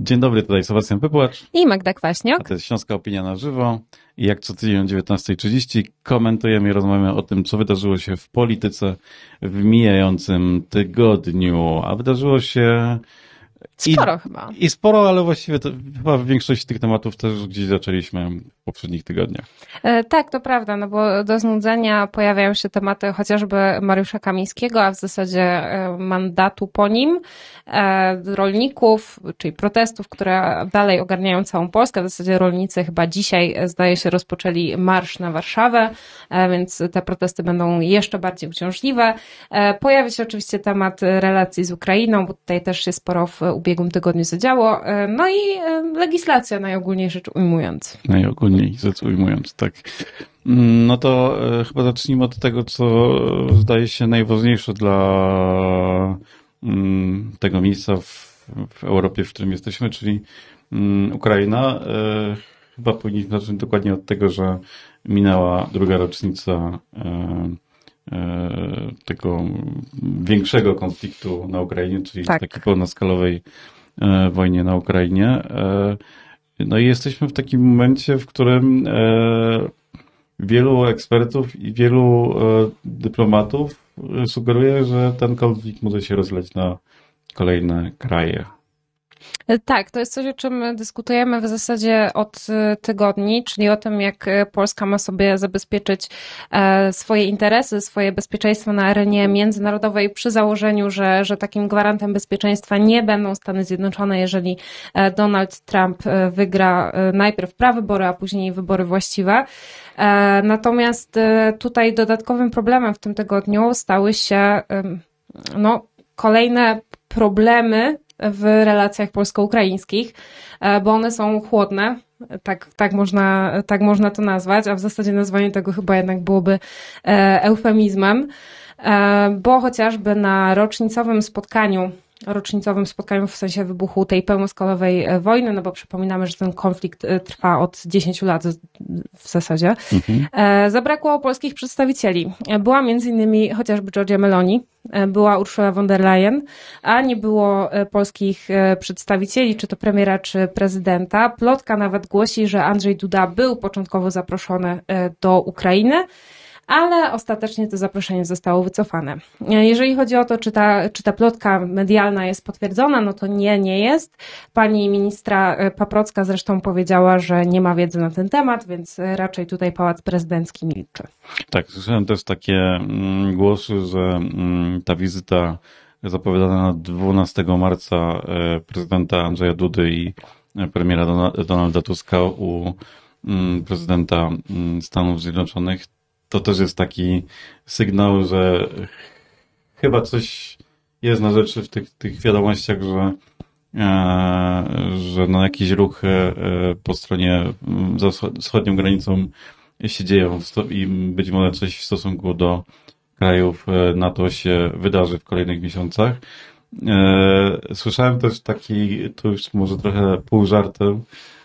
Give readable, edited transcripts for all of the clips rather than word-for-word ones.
Dzień dobry, tutaj Sebastian Pypłacz. I Magda Kwaśniok. A to jest Śląska Opinia na żywo. I jak co tydzień o 19:30 komentujemy i rozmawiamy o tym, co wydarzyło się w polityce w mijającym tygodniu. A wydarzyło się... Sporo chyba. I sporo, ale właściwie to, chyba w większości tych tematów też gdzieś zaczęliśmy w poprzednich tygodniach. Tak, to prawda, no bo do znudzenia pojawiają się tematy chociażby Mariusza Kamińskiego, a w zasadzie mandatu po nim, rolników, czyli protestów, które dalej ogarniają całą Polskę. W zasadzie rolnicy chyba dzisiaj, zdaje się, rozpoczęli marsz na Warszawę, więc te protesty będą jeszcze bardziej uciążliwe. Pojawia się oczywiście temat relacji z Ukrainą, bo tutaj też się sporo w ubiegłym tygodniu zadziało. No i legislacja, najogólniej rzecz ujmując. Najogólniej rzecz ujmując, tak. No to chyba zacznijmy od tego, co zdaje się najważniejsze dla tego miejsca w Europie, w którym jesteśmy, czyli Ukraina. Chyba powinniśmy zacząć dokładnie od tego, że minęła druga rocznica tego większego konfliktu na Ukrainie, czyli tak. takiej pełnoskalowej wojnie na Ukrainie. No i jesteśmy w takim momencie, w którym wielu ekspertów i wielu dyplomatów sugeruje, że ten konflikt może się rozleć na kolejne kraje. Tak, to jest coś, o czym dyskutujemy w zasadzie od tygodni, czyli o tym, jak Polska ma sobie zabezpieczyć swoje interesy, swoje bezpieczeństwo na arenie międzynarodowej przy założeniu, że takim gwarantem bezpieczeństwa nie będą Stany Zjednoczone, jeżeli Donald Trump wygra najpierw prawybory, a później wybory właściwe. Natomiast tutaj dodatkowym problemem w tym tygodniu stały się kolejne problemy w relacjach polsko-ukraińskich, bo one są chłodne, tak można to nazwać, a w zasadzie nazwanie tego chyba jednak byłoby eufemizmem, bo chociażby na rocznicowym spotkaniu w sensie wybuchu tej pełnoskalowej wojny, no bo przypominamy, że ten konflikt trwa od 10 lat w zasadzie, zabrakło polskich przedstawicieli. Była między innymi chociażby Giorgia Meloni, była Ursula von der Leyen, a nie było polskich przedstawicieli, czy to premiera, czy prezydenta. Plotka nawet głosi, że Andrzej Duda był początkowo zaproszony do Ukrainy, ale ostatecznie to zaproszenie zostało wycofane. Jeżeli chodzi o to, czy ta plotka medialna jest potwierdzona, no to nie jest. Pani ministra Paprocka zresztą powiedziała, że nie ma wiedzy na ten temat, więc raczej tutaj Pałac Prezydencki milczy. Tak, słyszałem też takie głosy, że ta wizyta zapowiadana na 12 marca prezydenta Andrzeja Dudy i premiera Donalda Tuska u prezydenta Stanów Zjednoczonych, to też jest taki sygnał, że chyba coś jest na rzeczy w tych wiadomościach, że no jakiś ruch po stronie za wschodnią granicą się dzieją i być może coś w stosunku do krajów NATO się wydarzy w kolejnych miesiącach. Słyszałem też tu już może trochę pół żartem,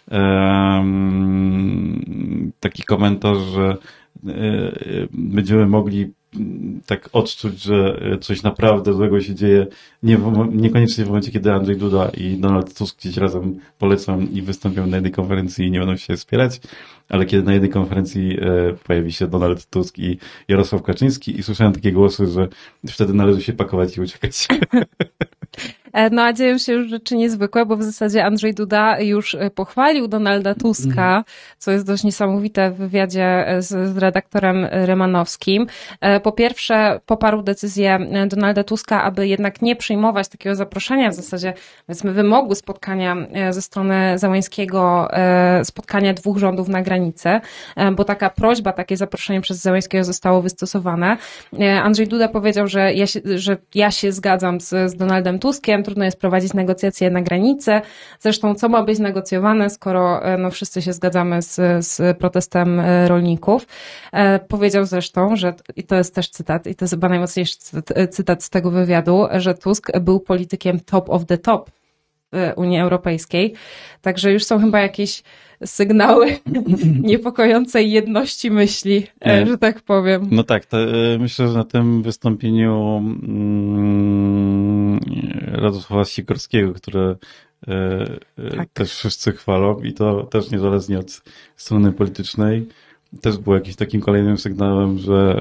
taki komentarz, że będziemy mogli tak odczuć, że coś naprawdę złego się dzieje, niekoniecznie w momencie, kiedy Andrzej Duda i Donald Tusk gdzieś razem polecą i wystąpią na jednej konferencji i nie będą się wspierać, ale kiedy na jednej konferencji pojawi się Donald Tusk i Jarosław Kaczyński i słyszałem takie głosy, że wtedy należy się pakować i uciekać. No a dzieją się już rzeczy niezwykłe, bo w zasadzie Andrzej Duda już pochwalił Donalda Tuska, co jest dość niesamowite w wywiadzie z redaktorem Rymanowskim. Po pierwsze poparł decyzję Donalda Tuska, aby jednak nie przyjmować takiego zaproszenia, w zasadzie powiedzmy wymogu spotkania ze strony Zełenskiego, spotkania dwóch rządów na granicy, bo taka prośba, takie zaproszenie przez Zełenskiego zostało wystosowane. Andrzej Duda powiedział, że ja się zgadzam z Donaldem Tuskiem, trudno jest prowadzić negocjacje na granicy. Zresztą co ma być negocjowane, skoro wszyscy się zgadzamy z protestem rolników. Powiedział zresztą, że, i to jest też cytat, i to jest chyba najmocniejszy cytat z tego wywiadu, że Tusk był politykiem top of the top w Unii Europejskiej. Także już są chyba jakieś sygnały niepokojącej jedności myśli, że tak powiem. No tak, myślę, że na tym wystąpieniu Radosława Sikorskiego, które Tak. też wszyscy chwalą i to też niezależnie od strony politycznej. Też było jakimś takim kolejnym sygnałem, że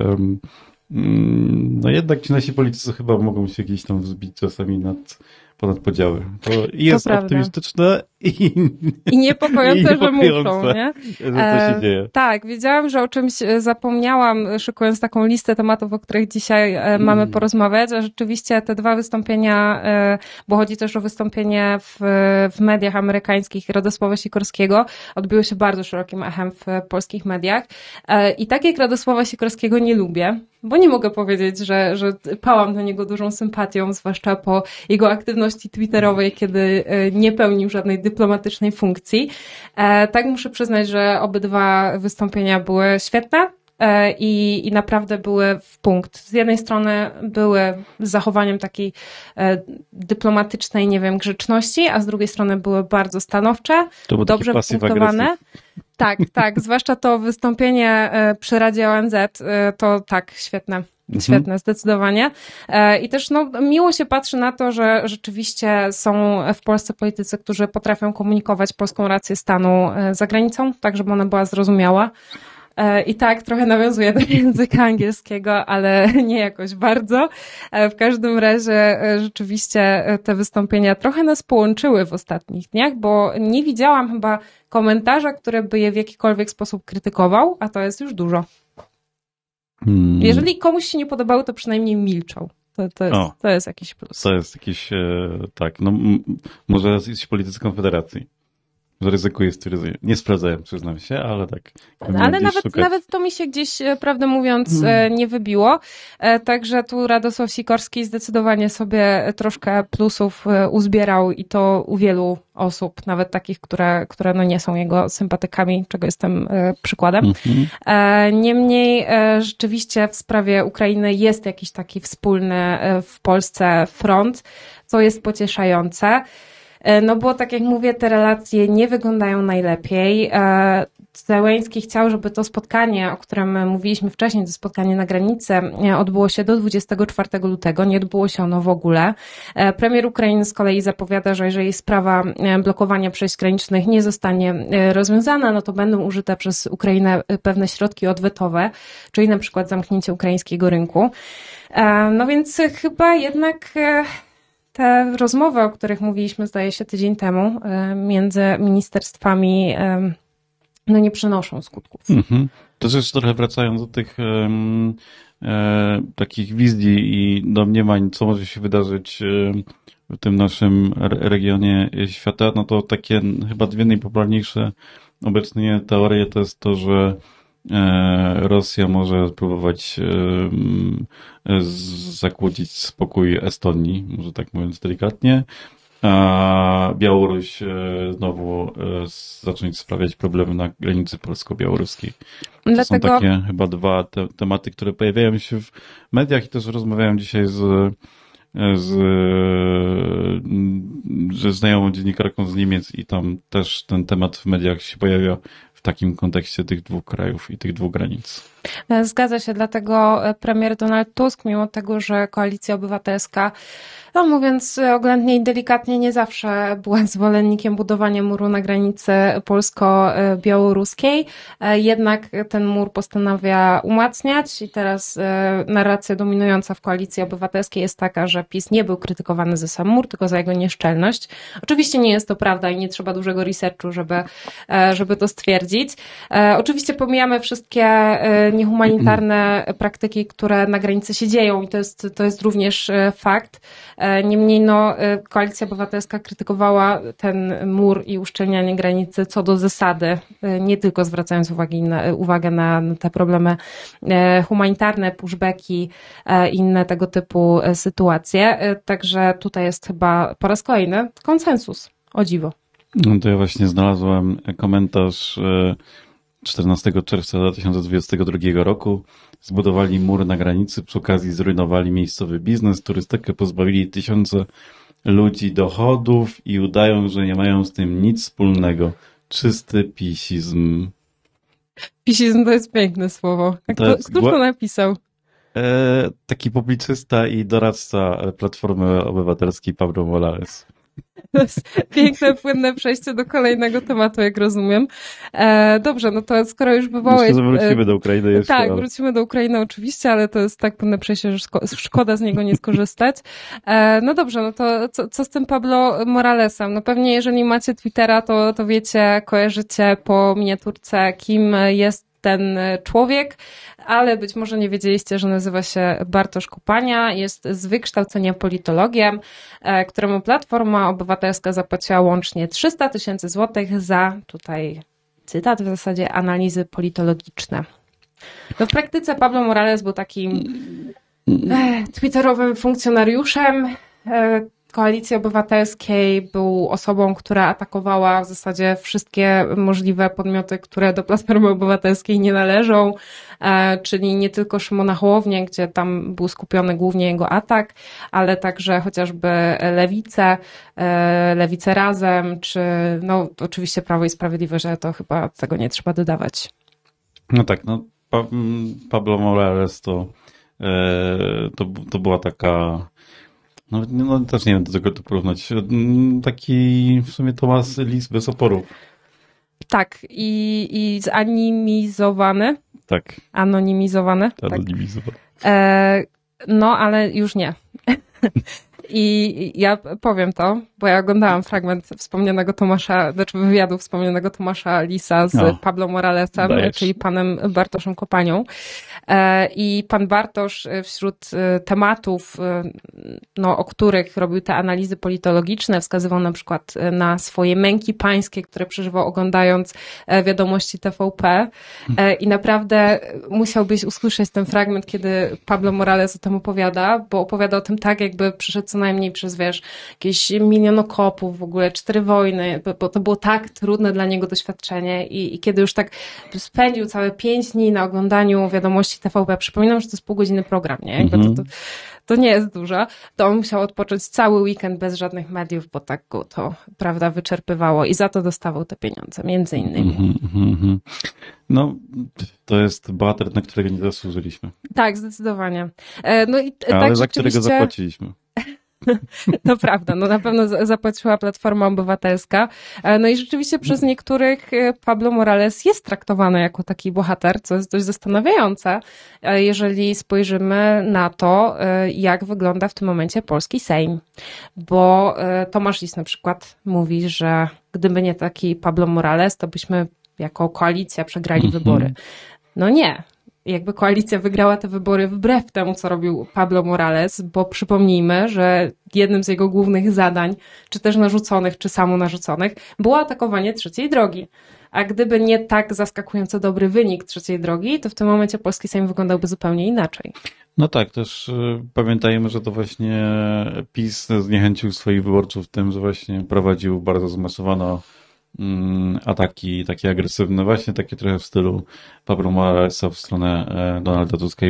no jednak ci nasi politycy chyba mogą się gdzieś tam wzbić czasami ponad podziały. To jest prawda. optymistyczne I niepokojące, że muszą, niepokojące, nie? że to się dzieje. Tak, wiedziałam, że o czymś zapomniałam, szykując taką listę tematów, o których dzisiaj mamy porozmawiać, a rzeczywiście te dwa wystąpienia, bo chodzi też o wystąpienie w mediach amerykańskich Radosława Sikorskiego, odbiły się bardzo szerokim echem w polskich mediach. I tak jak Radosława Sikorskiego nie lubię, bo nie mogę powiedzieć, że pałam do niego dużą sympatią, zwłaszcza po jego aktywności twitterowej, kiedy nie pełnił żadnej dyplomatycznej funkcji. Tak muszę przyznać, że obydwa wystąpienia były świetne i naprawdę były w punkt. Z jednej strony były z zachowaniem takiej dyplomatycznej, nie wiem, grzeczności, a z drugiej strony były bardzo stanowcze, dobrze wypunktowane. Tak, zwłaszcza to wystąpienie przy Radzie ONZ, to tak, świetne, zdecydowanie. I też miło się patrzy na to, że rzeczywiście są w Polsce politycy, którzy potrafią komunikować polską rację stanu za granicą, tak żeby ona była zrozumiała. I tak, trochę nawiązuję do języka angielskiego, ale nie jakoś bardzo. W każdym razie rzeczywiście te wystąpienia trochę nas połączyły w ostatnich dniach, bo nie widziałam chyba komentarza, który by je w jakikolwiek sposób krytykował, a to jest już dużo. Jeżeli komuś się nie podobały, to przynajmniej milczał. To jest jakiś plus. To jest jakiś, tak, może jacyś politycy Konfederacji. Ryzykuję stwierdzenie. Nie sprawdzałem, przyznam się, ale tak. Ale nawet to mi się gdzieś, prawdę mówiąc, nie wybiło. Także tu Radosław Sikorski zdecydowanie sobie troszkę plusów uzbierał i to u wielu osób, nawet takich, które nie są jego sympatykami, czego jestem przykładem. Niemniej rzeczywiście w sprawie Ukrainy jest jakiś taki wspólny w Polsce front, co jest pocieszające. No bo tak jak mówię, te relacje nie wyglądają najlepiej. Zełenski chciał, żeby to spotkanie, o którym mówiliśmy wcześniej, to spotkanie na granicy, odbyło się do 24 lutego. Nie odbyło się ono w ogóle. Premier Ukrainy z kolei zapowiada, że jeżeli sprawa blokowania przejść granicznych nie zostanie rozwiązana, no to będą użyte przez Ukrainę pewne środki odwetowe, czyli na przykład zamknięcie ukraińskiego rynku. No więc chyba jednak te rozmowy, o których mówiliśmy, zdaje się, tydzień temu, między ministerstwami, nie przynoszą skutków. To też trochę wracając do tych takich wizji i domniemań, co może się wydarzyć w tym naszym regionie świata, no to takie chyba dwie najpopularniejsze obecnie teorie to jest to, że Rosja może próbować zakłócić spokój Estonii, może tak mówiąc delikatnie, a Białoruś znowu zacząć sprawiać problemy na granicy polsko-białoruskiej. To są takie chyba dwa tematy, które pojawiają się w mediach i też rozmawiałem dzisiaj ze znajomą dziennikarką z Niemiec i tam też ten temat w mediach się pojawia w takim kontekście tych dwóch krajów i tych dwóch granic. Zgadza się, dlatego premier Donald Tusk, mimo tego, że Koalicja Obywatelska, mówiąc oględnie i delikatnie, nie zawsze była zwolennikiem budowania muru na granicy polsko-białoruskiej, jednak ten mur postanawia umacniać i teraz narracja dominująca w Koalicji Obywatelskiej jest taka, że PiS nie był krytykowany za sam mur, tylko za jego nieszczelność. Oczywiście nie jest to prawda i nie trzeba dużego researchu, żeby to stwierdzić. Oczywiście pomijamy wszystkie niehumanitarne praktyki, które na granicy się dzieją i to jest również fakt. Niemniej Koalicja Obywatelska krytykowała ten mur i uszczelnianie granicy co do zasady, nie tylko zwracając uwagę na te problemy humanitarne, pushbacki, inne tego typu sytuacje. Także tutaj jest chyba po raz kolejny konsensus, o dziwo. No to ja właśnie znalazłem komentarz 14 czerwca 2022 roku. Zbudowali mur na granicy, przy okazji zrujnowali miejscowy biznes, turystykę, pozbawili tysiące ludzi dochodów i udają, że nie mają z tym nic wspólnego. Czysty pisizm. Pisizm to jest piękne słowo. Któż to napisał? Taki publicysta i doradca Platformy Obywatelskiej Pablo Morales. To jest piękne, płynne przejście do kolejnego tematu, jak rozumiem. Dobrze, no to skoro już wywołałeś... Jeszcze wrócimy do Ukrainy jeszcze. Tak, wrócimy do Ukrainy oczywiście, ale to jest tak płynne przejście, że szkoda z niego nie skorzystać. No dobrze, no to co z tym Pablo Moralesem? No pewnie jeżeli macie Twittera, to wiecie, kojarzycie po miniaturce, kim jest ten człowiek, ale być może nie wiedzieliście, że nazywa się Bartosz Kopania, jest z wykształcenia politologiem, któremu Platforma Obywatelska zapłaciła łącznie 300 000 złotych za, tutaj cytat w zasadzie, analizy politologiczne. No w praktyce Pablo Morales był takim twitterowym funkcjonariuszem Koalicji Obywatelskiej, był osobą, która atakowała w zasadzie wszystkie możliwe podmioty, które do Platformy Obywatelskiej nie należą, czyli nie tylko Szymona Hołownię, gdzie tam był skupiony głównie jego atak, ale także chociażby Lewicę Razem, czy no oczywiście Prawo i Sprawiedliwość, ale to chyba tego nie trzeba dodawać. No tak, no Pablo Morales to była taka... No też nie wiem, do czego to porównać. Taki w sumie Tomasz Lis bez oporu. Tak, i zanimizowany. Tak. Anonimizowany. Anonimizowany. Tak. No, ale już nie. I ja powiem to, bo ja oglądałam fragment wywiadu wspomnianego Tomasza Lisa z Pablo Moralesem, czyli panem Bartoszem Kopanią. I pan Bartosz wśród tematów, no, o których robił te analizy politologiczne, wskazywał na przykład na swoje męki pańskie, które przeżywał oglądając wiadomości TVP. I naprawdę musiałbyś usłyszeć ten fragment, kiedy Pablo Morales o tym opowiada, bo opowiada o tym tak, jakby przeszedł co najmniej przez, jakieś 1 milion okopów, w ogóle 4 wojny, bo to było tak trudne dla niego doświadczenie i kiedy już tak spędził całe 5 dni na oglądaniu wiadomości TVP, przypominam, że to jest półgodzinny program, nie? Jakby to nie jest dużo, to on musiał odpocząć cały weekend bez żadnych mediów, bo tak go to, prawda, wyczerpywało i za to dostawał te pieniądze, między innymi. No, to jest bohater, na którego nie zasłużyliśmy. Tak, zdecydowanie. No i ale tak, za którego zapłaciliśmy. To prawda, no na pewno zapłaciła Platforma Obywatelska. No i rzeczywiście przez niektórych Pablo Morales jest traktowany jako taki bohater, co jest dość zastanawiające, jeżeli spojrzymy na to, jak wygląda w tym momencie polski Sejm. Bo Tomasz Lis na przykład mówi, że gdyby nie taki Pablo Morales, to byśmy jako koalicja przegrali wybory. No nie. Jakby koalicja wygrała te wybory wbrew temu, co robił Pablo Morales, bo przypomnijmy, że jednym z jego głównych zadań, czy też narzuconych, czy samonarzuconych, było atakowanie trzeciej drogi. A gdyby nie tak zaskakująco dobry wynik trzeciej drogi, to w tym momencie polski Sejm wyglądałby zupełnie inaczej. No tak, też pamiętajmy, że to właśnie PiS zniechęcił swoich wyborców tym, że właśnie prowadził bardzo zmasowane ataki takie agresywne, właśnie takie trochę w stylu Pablo Moralesa w stronę Donalda Tuska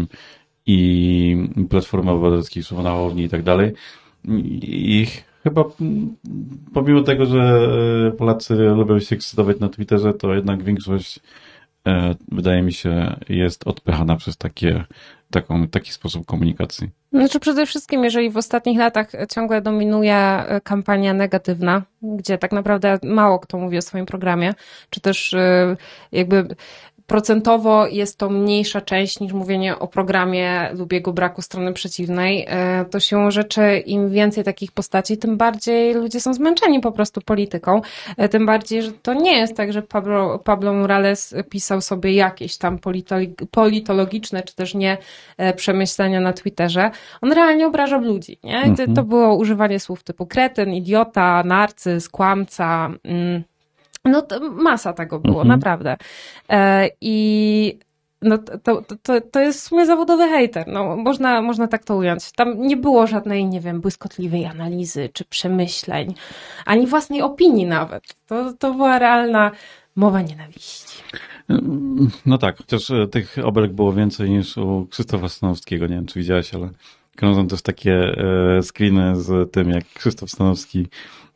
i Platformy Obywatelskiej, Szymona Hołowni i tak dalej. I chyba pomimo tego, że Polacy lubią się ekscytować na Twitterze, to jednak większość, wydaje mi się, jest odpychana przez taki sposób komunikacji. Znaczy przede wszystkim, jeżeli w ostatnich latach ciągle dominuje kampania negatywna, gdzie tak naprawdę mało kto mówi o swoim programie, czy też jakby procentowo jest to mniejsza część niż mówienie o programie lub jego braku strony przeciwnej, to siłą rzeczy im więcej takich postaci, tym bardziej ludzie są zmęczeni po prostu polityką. Tym bardziej, że to nie jest tak, że Pablo Morales pisał sobie jakieś tam politologiczne, czy też nie przemyślenia na Twitterze. On realnie obrażał ludzi, nie? To było używanie słów typu kretyn, idiota, narcyz, kłamca. No to masa tego było, naprawdę. I no to jest w sumie zawodowy hejter. No, można tak to ująć. Tam nie było żadnej, nie wiem, błyskotliwej analizy czy przemyśleń, ani własnej opinii nawet. To była realna mowa nienawiści. No tak, chociaż tych obelg było więcej niż u Krzysztofa Stanowskiego. Nie wiem, czy widziałeś, ale krążą też takie screeny z tym, jak Krzysztof Stanowski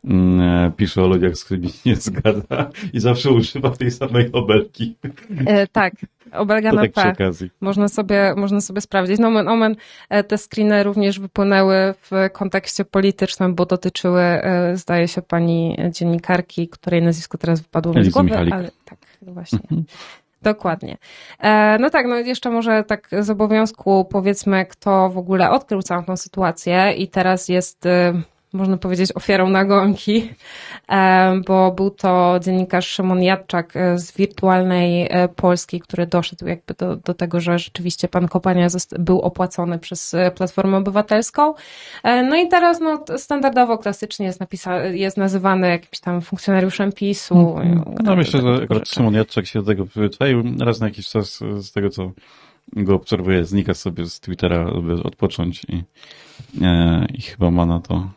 pisze o ludziach, z którymi się nie zgadza i zawsze używa tej samej obelgi. Tak, obelga na tak przy P. okazji. Można sobie sprawdzić. Nomen omen, te screeny również wypłynęły w kontekście politycznym, bo dotyczyły, zdaje się, pani dziennikarki, której nazwisko teraz wypadło mi z głowy, Michalik. ale tak, właśnie. Dokładnie. No tak, no jeszcze może tak z obowiązku powiedzmy, kto w ogóle odkrył całą tą sytuację i teraz jest, można powiedzieć, ofiarą nagonki, bo był to dziennikarz Szymon Jadczak z Wirtualnej Polski, który doszedł jakby do tego, że rzeczywiście pan Kopania był opłacony przez Platformę Obywatelską. No i teraz no, standardowo, klasycznie jest nazywany jakimś tam funkcjonariuszem PiS-u. No myślę, że akurat Szymon Jadczak się do tego przyzwyczaił. Raz na jakiś czas z tego, co go obserwuję, znika sobie z Twittera, by odpocząć i chyba ma na to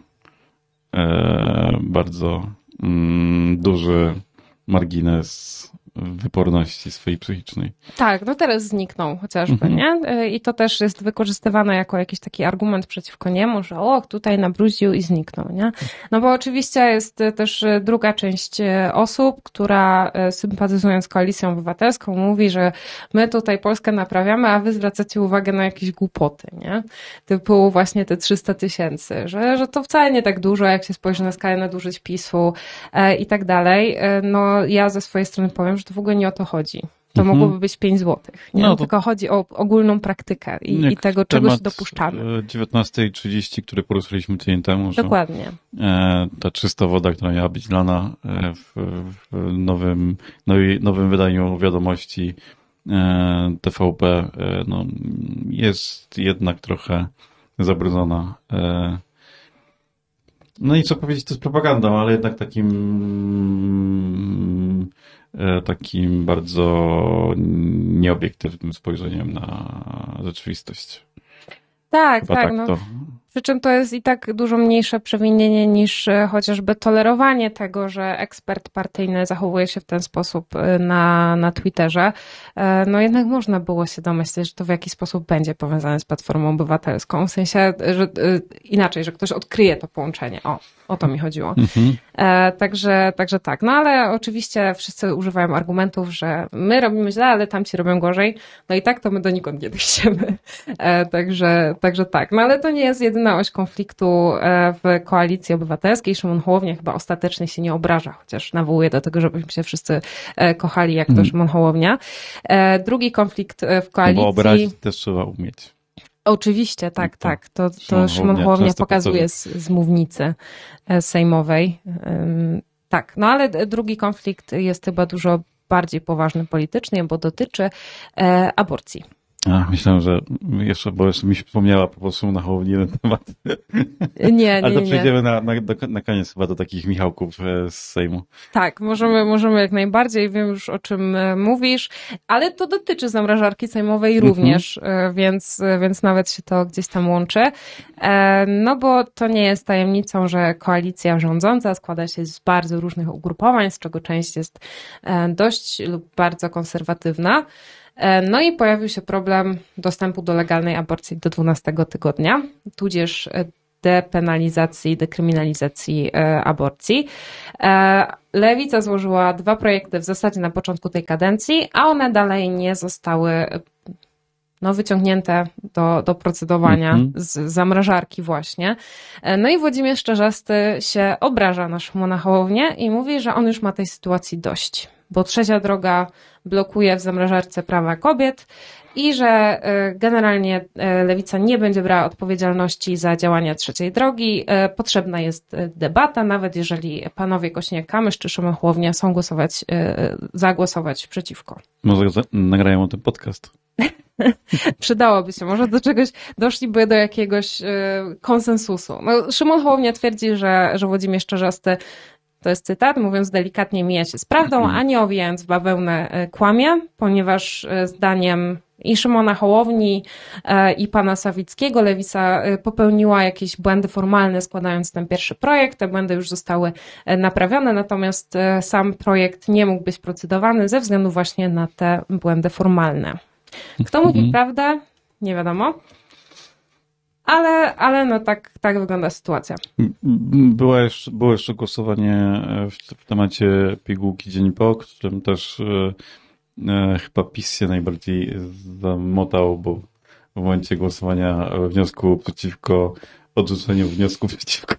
bardzo duży margines wyporności swojej psychicznej. Tak, no teraz zniknął chociażby, nie? I to też jest wykorzystywane jako jakiś taki argument przeciwko niemu, że tutaj nabrudził i zniknął, nie? No bo oczywiście jest też druga część osób, która sympatyzując z Koalicją Obywatelską mówi, że my tutaj Polskę naprawiamy, a wy zwracacie uwagę na jakieś głupoty, nie? Typu właśnie te 300 000, że to wcale nie tak dużo, jak się spojrzy na skalę nadużyć PiS-u i tak dalej. No ja ze swojej strony powiem, że to w ogóle nie o to chodzi. To mogłoby być 5 złotych. Nie? No tylko chodzi o ogólną praktykę i tego, czego się dopuszczamy. 19:30, który poruszyliśmy tydzień temu. Dokładnie. Że ta czysta woda, która miała być lana w nowym wydaniu wiadomości TVP, no, jest jednak trochę zabrudzona. No i co powiedzieć, to jest propagandą, ale jednak takim bardzo nieobiektywnym spojrzeniem na rzeczywistość. Tak, tak. No. Przy czym to jest i tak dużo mniejsze przewinienie niż chociażby tolerowanie tego, że ekspert partyjny zachowuje się w ten sposób na Twitterze. No jednak można było się domyśleć, że to w jakiś sposób będzie powiązane z Platformą Obywatelską. W sensie, że inaczej, że ktoś odkryje to połączenie. O to mi chodziło. Także tak. No ale oczywiście wszyscy używają argumentów, że my robimy źle, ale tamci robią gorzej. No i tak to my donikąd nie dojdziemy. Także tak. No ale to nie jest jedyna oś konfliktu w Koalicji Obywatelskiej. Szymon Hołownia chyba ostatecznie się nie obraża, chociaż nawołuje do tego, żebyśmy się wszyscy kochali jak to Szymon Hołownia. Drugi konflikt w koalicji... Bo obrazić też trzeba umieć. Oczywiście, tak. To Szymon Hołownia pokazuje z mównicy sejmowej. Tak, no ale drugi konflikt jest chyba dużo bardziej poważny politycznie, bo dotyczy aborcji. Myślałem, że jeszcze mi się przypomniała po prostu na Hołowni ten temat. Nie. Ale to przejdziemy na koniec chyba do takich Michałków z Sejmu. Tak, możemy jak najbardziej, wiem już o czym mówisz, ale to dotyczy zamrażarki sejmowej również, więc nawet się to gdzieś tam łączy. No bo to nie jest tajemnicą, że koalicja rządząca składa się z bardzo różnych ugrupowań, z czego część jest dość lub bardzo konserwatywna. No i pojawił się problem dostępu do legalnej aborcji do 12 tygodnia, tudzież depenalizacji, dekryminalizacji aborcji. Lewica złożyła 2 projekty w zasadzie na początku tej kadencji, a one dalej nie zostały wyciągnięte do procedowania z zamrażarki właśnie. No i Włodzimierz Czarzasty się obraża na Szymona Hołownię i mówi, że on już ma tej sytuacji dość, bo Trzecia Droga blokuje w zamrażarce prawa kobiet i że generalnie Lewica nie będzie brała odpowiedzialności za działania Trzeciej Drogi. Potrzebna jest debata, nawet jeżeli panowie Kosiniak-Kamysz czy Szymon Hołownia są zagłosować przeciwko. Może nagrają o tym podcast. Przydałoby się, może do czegoś doszliby do jakiegoś konsensusu. No, Szymon Hołownia twierdzi, że Włodzimierz Czarzasty, to jest cytat, mówiąc delikatnie, mija się z prawdą, a nie owijając w bawełnę kłamie, ponieważ zdaniem i Szymona Hołowni, i pana Sawickiego Lewica popełniła jakieś błędy formalne, składając ten pierwszy projekt. Te błędy już zostały naprawione, natomiast sam projekt nie mógł być procedowany ze względu właśnie na te błędy formalne. Kto mówi prawdę? Nie wiadomo. ale no tak wygląda sytuacja. Było jeszcze głosowanie w temacie pigułki Dzień Po, którym też chyba PiS się najbardziej zamotał, bo w momencie głosowania wniosku przeciwko odrzuceniu wniosku przeciwko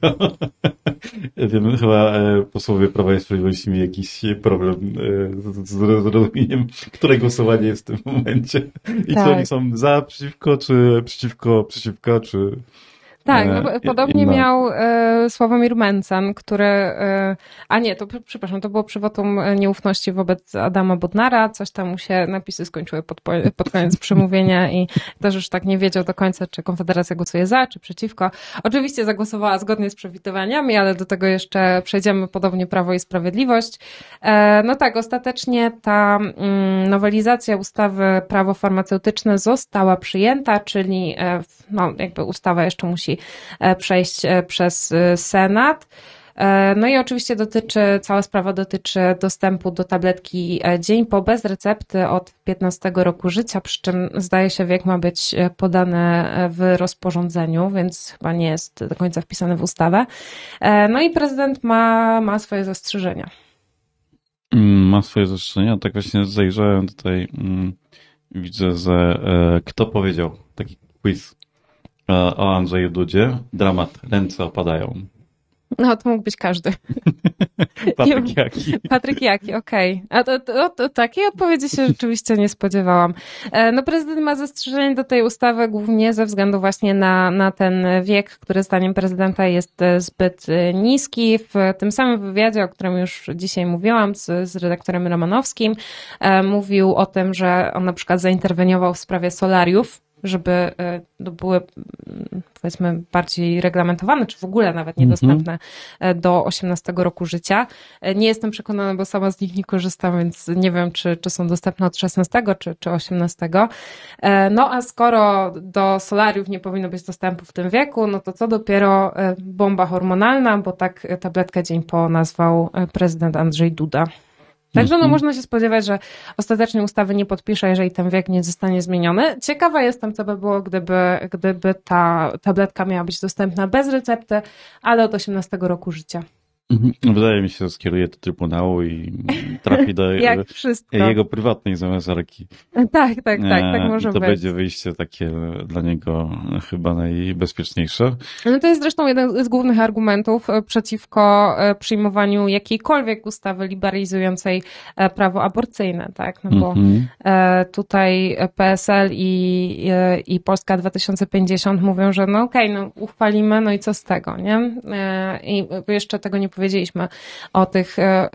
wiem, chyba posłowie Prawa i Sprawiedliwości mieli jakiś problem z zrozumieniem, które głosowanie jest w tym momencie. I tak. czy oni są za, przeciwko, czy przeciwko, czy... Tak, no, podobnie miał Sławomir Mencen, który, przepraszam, to było przy wotum nieufności wobec Adama Bodnara, coś tam mu się napisy skończyły pod koniec przemówienia i też już tak nie wiedział do końca, czy Konfederacja głosuje za, czy przeciwko. Oczywiście zagłosowała zgodnie z przewidywaniami, ale do tego jeszcze przejdziemy, podobnie Prawo i Sprawiedliwość. No tak, ostatecznie ta nowelizacja ustawy Prawo farmaceutyczne została przyjęta, czyli no jakby ustawa jeszcze musi przejść przez Senat. No i oczywiście cała sprawa dotyczy dostępu do tabletki dzień po bez recepty od 15 roku życia, przy czym zdaje się wiek ma być podany w rozporządzeniu, więc chyba nie jest do końca wpisany w ustawę. No i prezydent ma swoje zastrzeżenia. Ma swoje zastrzeżenia, tak właśnie zajrzałem tutaj, widzę, że kto powiedział taki quiz o Andrzeju Dudzie. Dramat, ręce opadają. No, to mógł być każdy. Patryk Jaki. Patryk Jaki, okej. A to takiej odpowiedzi się rzeczywiście nie spodziewałam. No, prezydent ma zastrzeżenie do tej ustawy głównie ze względu właśnie na ten wiek, który zdaniem prezydenta jest zbyt niski. W tym samym wywiadzie, o którym już dzisiaj mówiłam z redaktorem Romanowskim, mówił o tym, że on na przykład zainterweniował w sprawie solariów, żeby były, powiedzmy, bardziej reglamentowane, czy w ogóle nawet niedostępne do 18 roku życia. Nie jestem przekonana, bo sama z nich nie korzystam, więc nie wiem, czy są dostępne od 16 czy 18. No a skoro do solariów nie powinno być dostępu w tym wieku, no to co dopiero bomba hormonalna, bo tak tabletkę dzień po nazwał prezydent Andrzej Duda. Także no można się spodziewać, że ostatecznie ustawy nie podpisze, jeżeli ten wiek nie zostanie zmieniony. Ciekawa jestem, co by było, gdyby ta tabletka miała być dostępna bez recepty, ale od 18 roku życia. Wydaje mi się, że skieruje do Trybunału i trafi do jego prywatnej zamrażarki. Tak może być. To będzie wyjście takie dla niego chyba najbezpieczniejsze. No to jest zresztą jeden z głównych argumentów przeciwko przyjmowaniu jakiejkolwiek ustawy liberalizującej prawo aborcyjne, tak? No bo tutaj PSL i Polska 2050 mówią, że no okej, no uchwalimy, no i co z tego, nie? I jeszcze tego nie powiedzieliśmy o tych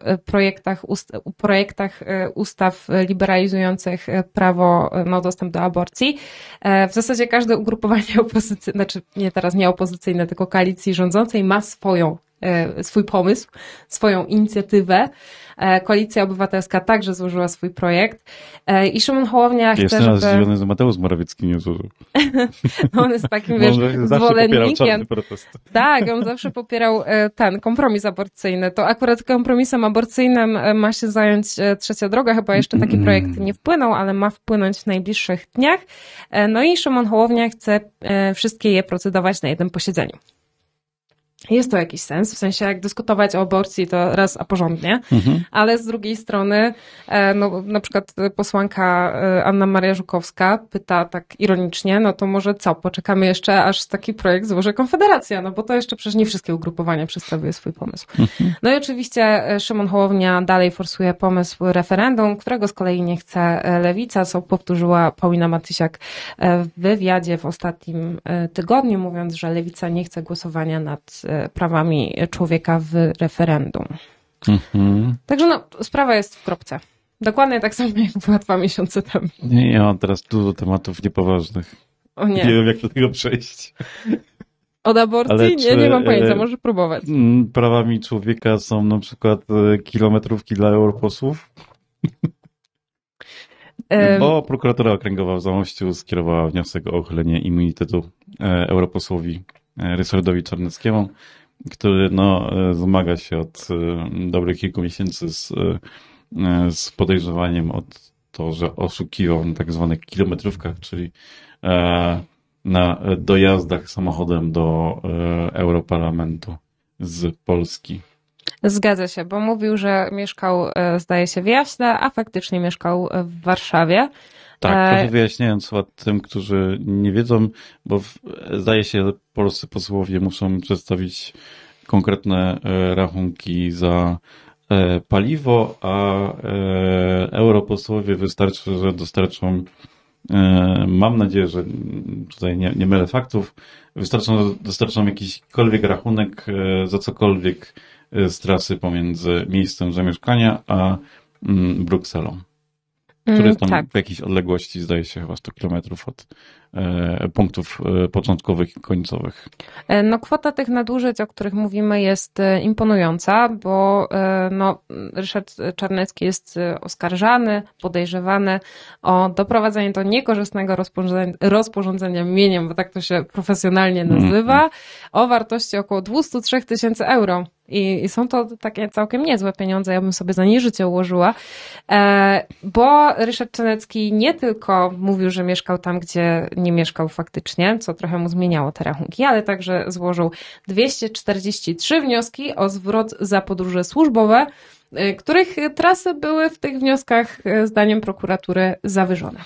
projektach ustaw liberalizujących prawo, no, dostęp do aborcji. W zasadzie każde ugrupowanie opozycyjne, znaczy nie opozycyjne, tylko koalicji rządzącej ma swój pomysł, swoją inicjatywę. Koalicja Obywatelska także złożyła swój projekt i Szymon Hołownia chce, żeby... Jestem zdziwiony, że Mateusz Morawiecki nie złożył. On jest takim, zwolennikiem. Tak, on zawsze popierał ten kompromis aborcyjny. To akurat kompromisem aborcyjnym ma się zająć Trzecia Droga. Chyba jeszcze taki projekt nie wpłynął, ale ma wpłynąć w najbliższych dniach. No i Szymon Hołownia chce wszystkie je procedować na jednym posiedzeniu. Jest to jakiś sens, w sensie jak dyskutować o aborcji to raz a porządnie, ale z drugiej strony no, na przykład posłanka Anna Maria Żukowska pyta tak ironicznie, no to może co, poczekamy jeszcze aż taki projekt złoży Konfederacja, no bo to jeszcze przecież nie wszystkie ugrupowania przedstawiły swój pomysł. No i oczywiście Szymon Hołownia dalej forsuje pomysł referendum, którego z kolei nie chce Lewica, co powtórzyła Paulina Matysiak w wywiadzie w ostatnim tygodniu, mówiąc, że Lewica nie chce głosowania nad prawami człowieka w referendum. Także no, sprawa jest w kropce. Dokładnie tak samo jak była 2 miesiące temu. Ja mam teraz dużo tematów niepoważnych. O nie. Nie wiem, jak do tego przejść. Od aborcji? Nie mam pojęcia, może próbować. Prawami człowieka są na przykład kilometrówki dla europosłów. Bo prokuratura okręgowa w Zamościu skierowała wniosek o uchylenie immunitetu europosłowi Ryszardowi Czarneckiemu, który no, zmaga się od dobrych kilku miesięcy z podejrzewaniem o to, że oszukiwał na tak zwanych kilometrówkach, czyli na dojazdach samochodem do Europarlamentu z Polski. Zgadza się, bo mówił, że mieszkał, zdaje się, w Jaśle, a faktycznie mieszkał w Warszawie. Tak, trochę wyjaśniając tym, którzy nie wiedzą, bo zdaje się, polscy posłowie muszą przedstawić konkretne rachunki za paliwo, a europosłowie wystarczy, że dostarczą, mam nadzieję, że tutaj nie mylę faktów, dostarczą jakiśkolwiek rachunek za cokolwiek z trasy pomiędzy miejscem zamieszkania a Brukselą, który jest tam tak. w jakiejś odległości, zdaje się, chyba 100 kilometrów od punktów początkowych i końcowych. No, kwota tych nadużyć, o których mówimy, jest imponująca, bo no, Ryszard Czarnecki jest oskarżany, podejrzewany o doprowadzenie do niekorzystnego rozporządzenia mieniem, bo tak to się profesjonalnie nazywa, o wartości około 203 000 euro. I są to takie całkiem niezłe pieniądze, ja bym sobie za nie życie ułożyła, bo Ryszard Czarnecki nie tylko mówił, że mieszkał tam, gdzie nie mieszkał faktycznie, co trochę mu zmieniało te rachunki, ale także złożył 243 wnioski o zwrot za podróże służbowe, których trasy były w tych wnioskach zdaniem prokuratury zawyżone.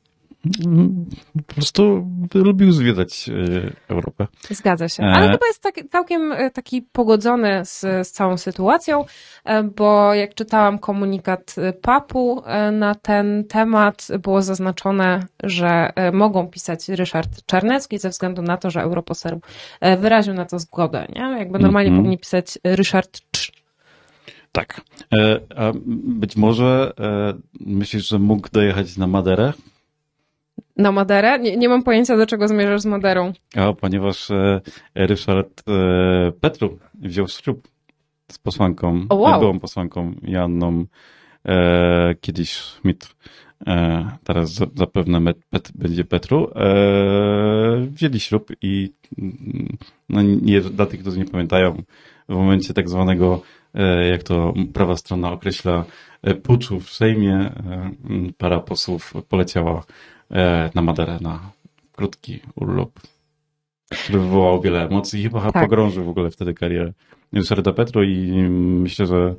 Po prostu lubił zwiedzać Europę. Zgadza się, ale chyba jest całkiem taki pogodzony z całą sytuacją, bo jak czytałam komunikat PAP-u na ten temat, było zaznaczone, że mogą pisać Ryszard Czarnecki ze względu na to, że europoseł wyraził na to zgodę, nie? Jakby normalnie powinni pisać Ryszard Cz. Tak. A być może myślisz, że mógł dojechać na Maderę? Na Maderę? Nie mam pojęcia, do czego zmierzasz z Maderą. Ponieważ Ryszard Petru wziął ślub z posłanką, byłą posłanką Joanną kiedyś Schmidt, teraz zapewne będzie Petru, wzięli ślub i no, dla tych, którzy nie pamiętają, w momencie tak zwanego, jak to prawa strona określa, puczu w Sejmie, para posłów poleciała na Maderę na krótki urlop, który wywołał wiele emocji i chyba pogrążył w ogóle wtedy karierę Ryszarda Petru i myślę, że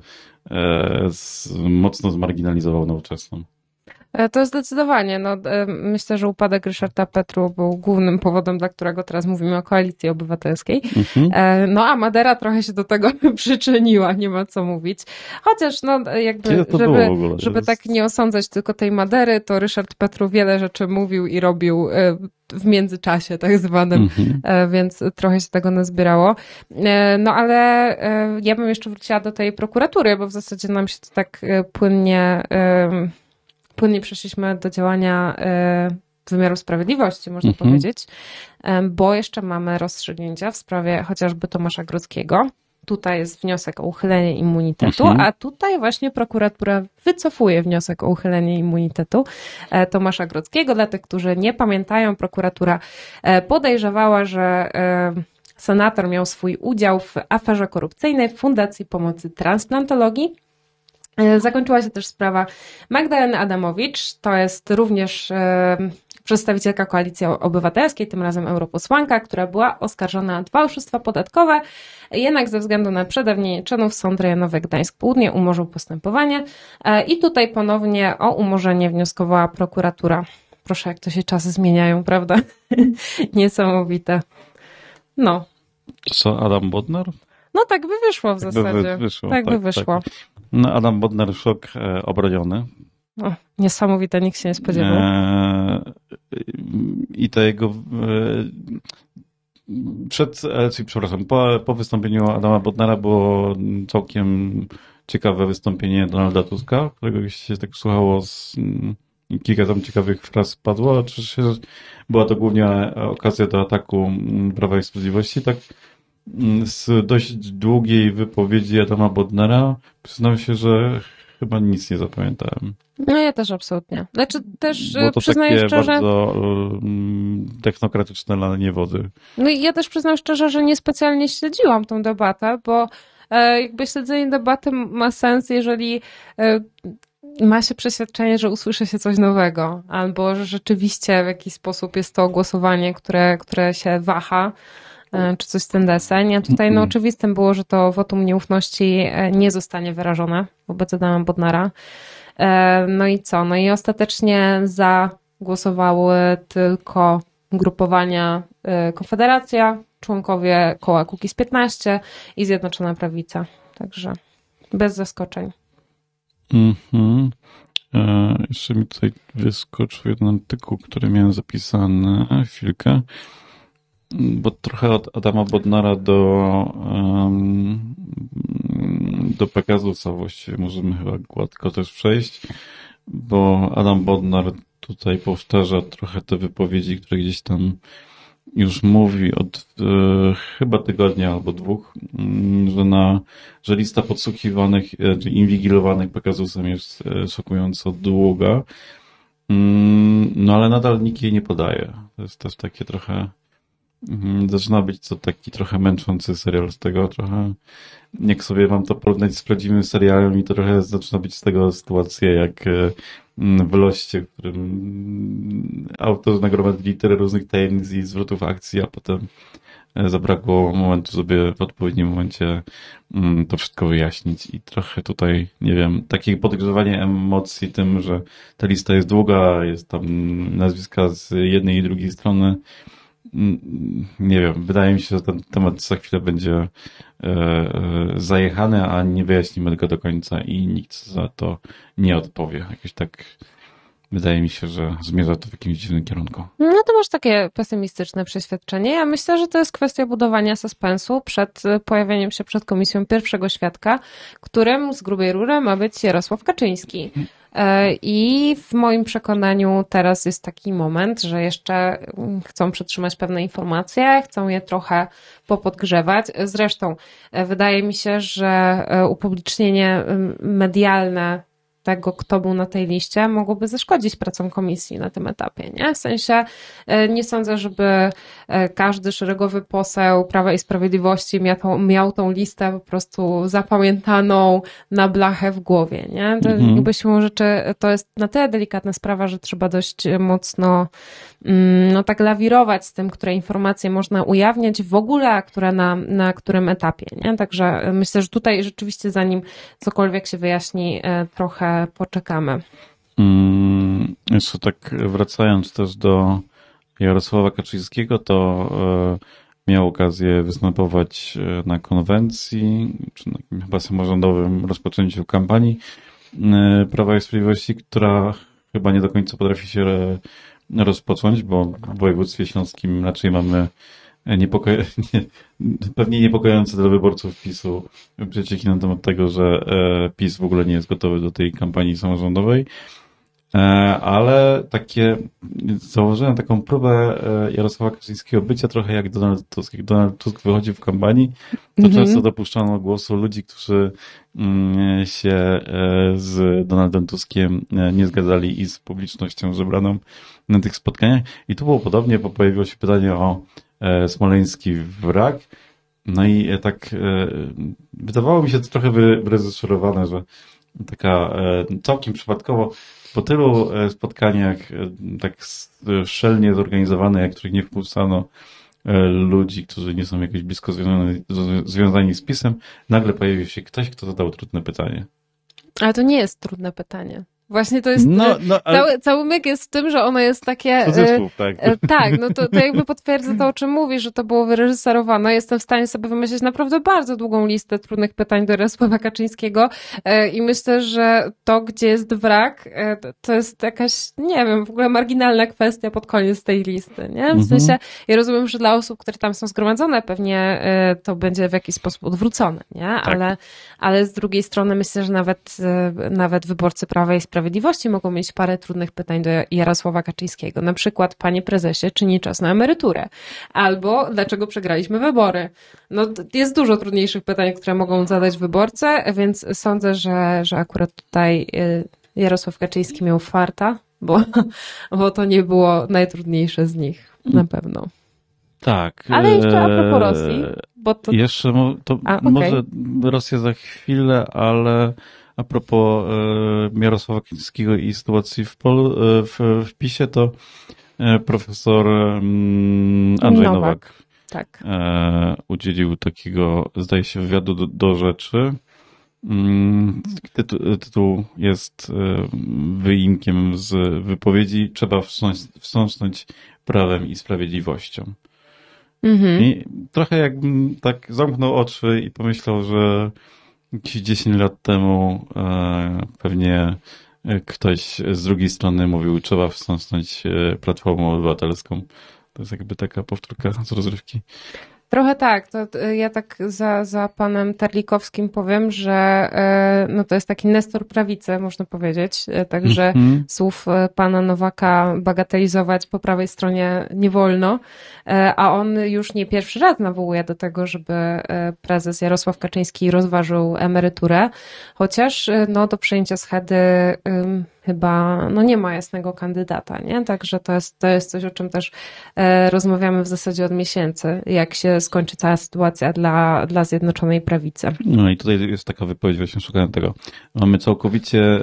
mocno zmarginalizował Nowoczesną. To zdecydowanie. No, myślę, że upadek Ryszarda Petru był głównym powodem, dla którego teraz mówimy o Koalicji Obywatelskiej. No a Madera trochę się do tego przyczyniła, nie ma co mówić. Chociaż no jakby, żeby tak nie osądzać tylko tej Madery, to Ryszard Petru wiele rzeczy mówił i robił w międzyczasie tak zwanym, więc trochę się tego nazbierało. No ale ja bym jeszcze wróciła do tej prokuratury, bo w zasadzie nam się to tak płynnie przeszliśmy do działania wymiaru sprawiedliwości, można powiedzieć, bo jeszcze mamy rozstrzygnięcia w sprawie chociażby Tomasza Grodzkiego. Tutaj jest wniosek o uchylenie immunitetu, a tutaj właśnie prokuratura wycofuje wniosek o uchylenie immunitetu Tomasza Grodzkiego. Dla tych, którzy nie pamiętają, prokuratura podejrzewała, że senator miał swój udział w aferze korupcyjnej w Fundacji Pomocy Transplantologii. Zakończyła się też sprawa Magdaleny Adamowicz, to jest również przedstawicielka Koalicji Obywatelskiej, tym razem europosłanka, która była oskarżona o 2 oszustwa podatkowe, jednak ze względu na przedawnienie czynów Sąd Rejonowy Gdańsk Południe umorzył postępowanie i tutaj ponownie o umorzenie wnioskowała prokuratura. Proszę, jak to się czasy zmieniają, prawda? Niesamowite. No. To co, Adam Bodnar? No tak by wyszło w zasadzie. Tak by wyszło. Tak. No, Adam Bodnar szok obroniony. O, niesamowite, nikt się nie spodziewał. I to jego po wystąpieniu Adama Bodnara było całkiem ciekawe wystąpienie Donalda Tuska, którego się tak słuchało, kilka tam ciekawych fraz padło. Oczywiście była to głównie okazja do ataku Prawa i Sprawiedliwości. Tak, z dość długiej wypowiedzi Adama Bodnara przyznam się, że chyba nic nie zapamiętałem. No ja też absolutnie. Znaczy też było to przyznaję takie szczerze... bardzo technokratyczne lanie wody. No i ja też przyznam szczerze, że niespecjalnie śledziłam tą debatę, bo jakby śledzenie debaty ma sens, jeżeli ma się przeświadczenie, że usłyszy się coś nowego, albo że rzeczywiście w jakiś sposób jest to głosowanie, które się waha, czy coś z ten deseń. A tutaj no oczywistym było, że to wotum nieufności nie zostanie wyrażone wobec Adama Bodnara. No i co? No i ostatecznie zagłosowały tylko ugrupowania Konfederacja, członkowie koła Kukiz15 i Zjednoczona Prawica. Także bez zaskoczeń. Jeszcze mi tutaj wyskoczył jeden artykuł, który miałem zapisany. Chwilkę. Bo trochę od Adama Bodnara do Pegasusa właściwie możemy chyba gładko też przejść, bo Adam Bodnar tutaj powtarza trochę te wypowiedzi, które gdzieś tam już mówi od chyba tygodnia albo dwóch, że lista podsłuchiwanych czy inwigilowanych Pegasusem jest szokująco długa, no ale nadal nikt jej nie podaje. To jest też takie trochę zaczyna być to taki trochę męczący serial z tego, trochę jak sobie mam to porównać z prawdziwym serialem i trochę zaczyna być z tego sytuacja jak w Loście, w którym autorzy nagromadzili tyle różnych tajemnic i zwrotów akcji, a potem zabrakło momentu, żeby w odpowiednim momencie to wszystko wyjaśnić i trochę tutaj, nie wiem, takie podgrzewanie emocji tym, że ta lista jest długa, jest tam nazwiska z jednej i drugiej strony. Nie wiem, wydaje mi się, że ten temat za chwilę będzie zajechany, a nie wyjaśnimy go do końca i nikt za to nie odpowie. Jakoś tak wydaje mi się, że zmierza to w jakimś dziwnym kierunku. No to masz takie pesymistyczne przeświadczenie. Ja myślę, że to jest kwestia budowania suspensu przed pojawieniem się przed komisją pierwszego świadka, którym z grubej rury ma być Jarosław Kaczyński. I w moim przekonaniu teraz jest taki moment, że jeszcze chcą przetrzymać pewne informacje, chcą je trochę popodgrzewać. Zresztą wydaje mi się, że upublicznienie medialne tego, kto był na tej liście, mogłoby zaszkodzić pracom komisji na tym etapie, nie? W sensie nie sądzę, żeby każdy szeregowy poseł Prawa i Sprawiedliwości miał tą listę po prostu zapamiętaną na blachę w głowie, nie? To jakby siłą rzeczy to jest na tyle delikatna sprawa, że trzeba dość mocno no tak lawirować z tym, które informacje można ujawniać w ogóle, a które na którym etapie, nie? Także myślę, że tutaj rzeczywiście zanim cokolwiek się wyjaśni, trochę poczekamy. Jeszcze tak wracając też do Jarosława Kaczyńskiego, to miał okazję występować na konwencji, czy na chyba samorządowym rozpoczęciu kampanii Prawa i Sprawiedliwości, która chyba nie do końca potrafi się rozpocząć, bo w województwie śląskim raczej mamy pewnie niepokojące dla wyborców PiS-u przecieki na temat tego, że PiS w ogóle nie jest gotowy do tej kampanii samorządowej, ale założyłem taką próbę Jarosława Kaczyńskiego bycia trochę jak Donald Tusk. Jak Donald Tusk wychodził w kampanii, to często dopuszczano głosu ludzi, którzy się z Donaldem Tuskiem nie zgadzali i z publicznością zebraną na tych spotkaniach. I tu było podobnie, bo pojawiło się pytanie o smoleński wrak. No i tak wydawało mi się to trochę wyreżyserowane, że taka całkiem przypadkowo po tylu spotkaniach tak szczelnie zorganizowanych, których nie wpuszczano ludzi, którzy nie są jakoś blisko związani z PiS-em, nagle pojawił się ktoś, kto zadał trudne pytanie. Ale to nie jest trudne pytanie. Właśnie to jest, cały myk jest w tym, że ono jest takie... tak. Tak, no to jakby potwierdza to, o czym mówisz, że to było wyreżyserowane. Jestem w stanie sobie wymyślić naprawdę bardzo długą listę trudnych pytań do Jarosława Kaczyńskiego i myślę, że to, gdzie jest wrak, to jest jakaś, nie wiem, w ogóle marginalna kwestia pod koniec tej listy, nie? W sensie, ja rozumiem, że dla osób, które tam są zgromadzone, pewnie to będzie w jakiś sposób odwrócone, nie? Tak. Ale z drugiej strony myślę, że nawet wyborcy Prawa i Sprawiedliwości mogą mieć parę trudnych pytań do Jarosława Kaczyńskiego. Na przykład, panie prezesie, czy nie czas na emeryturę? Albo dlaczego przegraliśmy wybory? No, jest dużo trudniejszych pytań, które mogą zadać wyborcy, więc sądzę, że akurat tutaj Jarosław Kaczyński miał farta, bo to nie było najtrudniejsze z nich, na pewno. Tak. Ale jeszcze a propos Rosji, bo to... Jeszcze może Rosja za chwilę, ale a propos Jarosława Kaczyńskiego i sytuacji w PiS-ie, to profesor Andrzej Nowak tak. Udzielił takiego, zdaje się, wywiadu do Rzeczy. Tytuł jest wyimkiem z wypowiedzi: trzeba wstrząsnąć prawem i sprawiedliwością. I trochę jakbym tak zamknął oczy i pomyślał, że jakieś 10 lat temu pewnie ktoś z drugiej strony mówił: trzeba wstrząsnąć Platformą Obywatelską. To jest jakby taka powtórka z rozrywki. Trochę tak. To ja tak za panem Terlikowskim powiem, że no to jest taki nestor prawicy, można powiedzieć. Także słów pana Nowaka bagatelizować po prawej stronie nie wolno. A on już nie pierwszy raz nawołuje do tego, żeby prezes Jarosław Kaczyński rozważył emeryturę. Chociaż no, do przejęcia schedy chyba no nie ma jasnego kandydata, nie? Także to jest coś, o czym też rozmawiamy w zasadzie od miesięcy, jak się skończy cała sytuacja dla Zjednoczonej Prawicy. No i tutaj jest taka wypowiedź, właśnie szukałem tego. Mamy całkowicie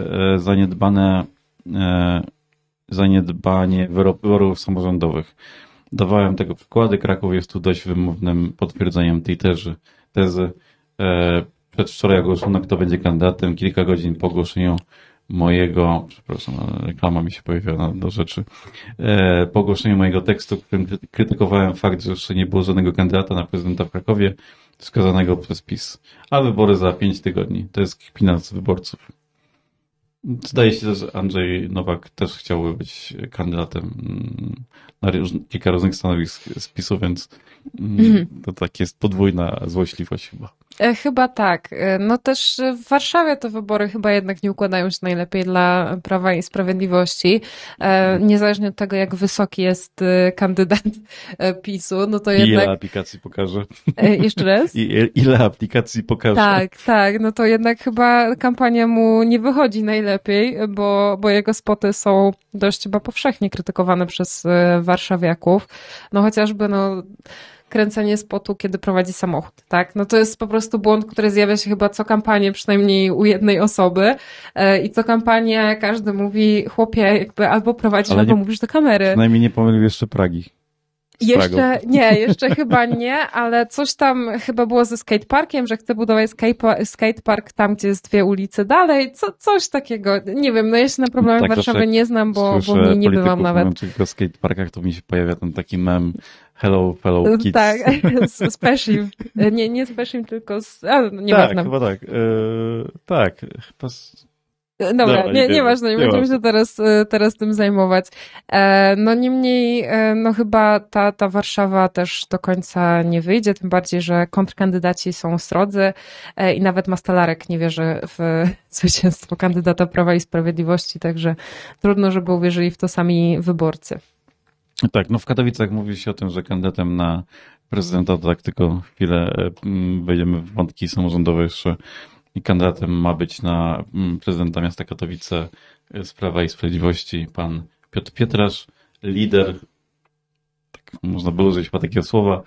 zaniedbanie wyborów samorządowych. Dawałem tego przykłady. Kraków jest tu dość wymownym potwierdzeniem tej tezy. Przedwczoraj ogłoszono, kto będzie kandydatem. Kilka godzin po ogłoszeniu mojego, przepraszam, reklama mi się pojawiła do Rzeczy, po ogłoszeniu mojego tekstu, w którym krytykowałem fakt, że jeszcze nie było żadnego kandydata na prezydenta w Krakowie wskazanego przez PiS, a wybory za 5 tygodni. To jest kpina z wyborców. Zdaje się, że Andrzej Nowak też chciałby być kandydatem na kilka różnych stanowisk z PiS-u, więc to tak jest podwójna złośliwość chyba. Chyba tak. No też w Warszawie te wybory chyba jednak nie układają się najlepiej dla Prawa i Sprawiedliwości. Niezależnie od tego, jak wysoki jest kandydat PiS-u, no to jednak... Ile aplikacji pokaże? Jeszcze raz? Ile aplikacji pokaże? Tak. No to jednak chyba kampania mu nie wychodzi najlepiej, bo jego spoty są dość chyba powszechnie krytykowane przez warszawiaków. No chociażby kręcenie spotu, kiedy prowadzi samochód, tak? No to jest po prostu błąd, który zjawia się chyba co kampanię, przynajmniej u jednej osoby. I co kampanię każdy mówi: chłopie, jakby albo prowadzisz, albo mówisz do kamery. Przynajmniej nie pomylił jeszcze Pragi. Jeszcze chyba nie, ale coś tam chyba było ze skateparkiem, że chce budować skatepark tam, gdzie jest 2 ulice dalej, coś takiego. Nie wiem, no ja się na problemach Warszawy nie znam, bo mnie nie bywam nawet. W tych skateparkach to mi się pojawia ten taki mem: hello fellow kids. Tak, z Speszim. Nie Speszim, tylko nieważne. Chyba tak. Tak, chyba Dobra, nieważne, nie będziemy się teraz tym zajmować. No niemniej, no chyba ta Warszawa też do końca nie wyjdzie, tym bardziej, że kontrkandydaci są srodzy i nawet Mastalarek nie wierzy w zwycięstwo kandydata Prawa i Sprawiedliwości, także trudno, żeby uwierzyli w to sami wyborcy. Tak, no w Katowicach mówi się o tym, że kandydatem na prezydenta, to tak tylko chwilę wejdziemy w wątki samorządowe jeszcze, i kandydatem ma być na prezydenta miasta Katowice z Prawa i Sprawiedliwości pan Piotr Pietrasz, lider, tak można było użyć chyba takiego słowa,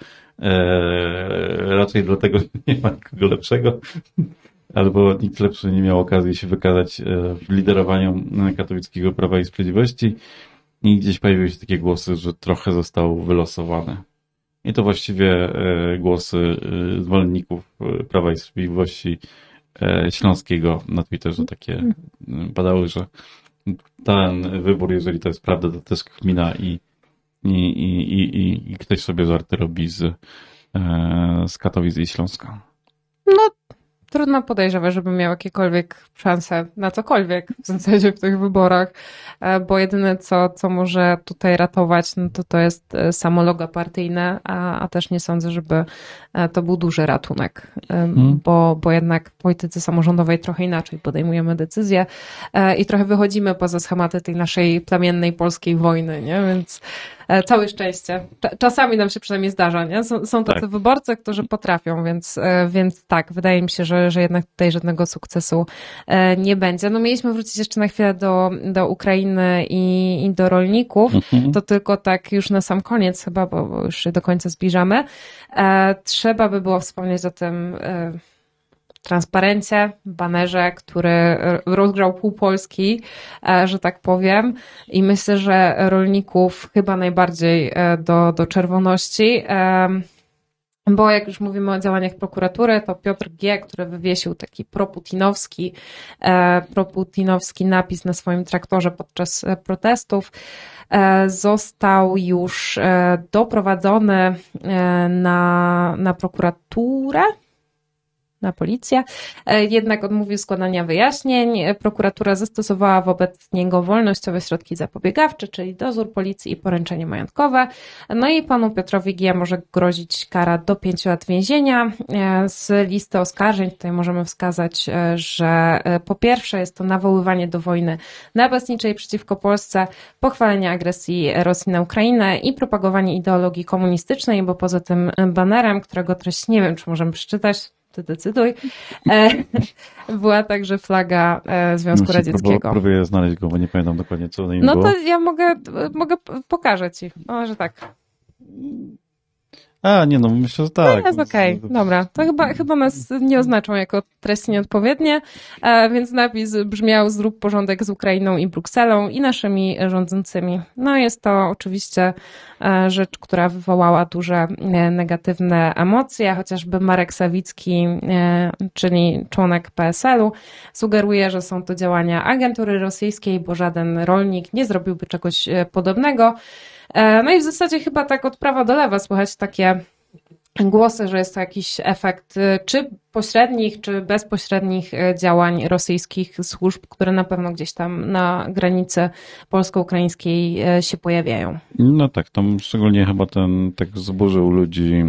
raczej dlatego, że nie ma nikogo lepszego, albo nikt lepszy nie miał okazji się wykazać w liderowaniu katowickiego Prawa i Sprawiedliwości i gdzieś pojawiły się takie głosy, że trochę został wylosowany. I to właściwie głosy zwolenników Prawa i Sprawiedliwości Śląskiego na Twitterze takie padały, że ten wybór, jeżeli to jest prawda, to też kmina i ktoś sobie żarty robi z Katowic i Śląska. No, trudno podejrzewać, żeby miał jakiekolwiek szanse na cokolwiek w zasadzie w tych wyborach, bo jedyne co może tutaj ratować, no to jest samo logo partyjne, a też nie sądzę, żeby to był duży ratunek, bo jednak w polityce samorządowej trochę inaczej podejmujemy decyzje i trochę wychodzimy poza schematy tej naszej plamiennej polskiej wojny, nie? Więc całe szczęście. Czasami nam się przynajmniej zdarza, nie? Są tacy wyborcy, którzy potrafią, więc tak, wydaje mi się, że jednak tutaj żadnego sukcesu nie będzie. No mieliśmy wrócić jeszcze na chwilę do Ukrainy i do rolników. To tylko tak już na sam koniec chyba, bo już się do końca zbliżamy. Trzeba by było wspomnieć o tym transparencie, banerze, który rozgrzał pół Polski, że tak powiem. I myślę, że rolników chyba najbardziej do czerwoności. Bo jak już mówimy o działaniach prokuratury, to Piotr G., który wywiesił taki proputinowski napis na swoim traktorze podczas protestów, został już doprowadzony na prokuraturę, na policję, jednak odmówił składania wyjaśnień. Prokuratura zastosowała wobec niego wolnościowe środki zapobiegawcze, czyli dozór policji i poręczenie majątkowe. No i panu Piotrowi G. może grozić kara do 5 lat więzienia. Z listy oskarżeń tutaj możemy wskazać, że po pierwsze jest to nawoływanie do wojny napastniczej przeciwko Polsce, pochwalenie agresji Rosji na Ukrainę i propagowanie ideologii komunistycznej, bo poza tym banerem, którego treść nie wiem, czy możemy przeczytać, ty decyduj, była także flaga Związku Radzieckiego. Próbuję znaleźć go, bo nie pamiętam dokładnie, co na nim było. No to ja mogę pokażę ci, może tak. No myślę, że tak. No jest okej, dobra. To chyba nas nie oznaczą jako treści nieodpowiednie, więc napis brzmiał: zrób porządek z Ukrainą i Brukselą i naszymi rządzącymi. No jest to oczywiście rzecz, która wywołała duże negatywne emocje, chociażby Marek Sawicki, czyli członek PSL-u, sugeruje, że są to działania agentury rosyjskiej, bo żaden rolnik nie zrobiłby czegoś podobnego. No i w zasadzie chyba tak od prawa do lewa słychać takie głosy, że jest to jakiś efekt czy pośrednich, czy bezpośrednich działań rosyjskich służb, które na pewno gdzieś tam na granicy polsko-ukraińskiej się pojawiają. No tak, tam szczególnie chyba ten tak zburzył ludzi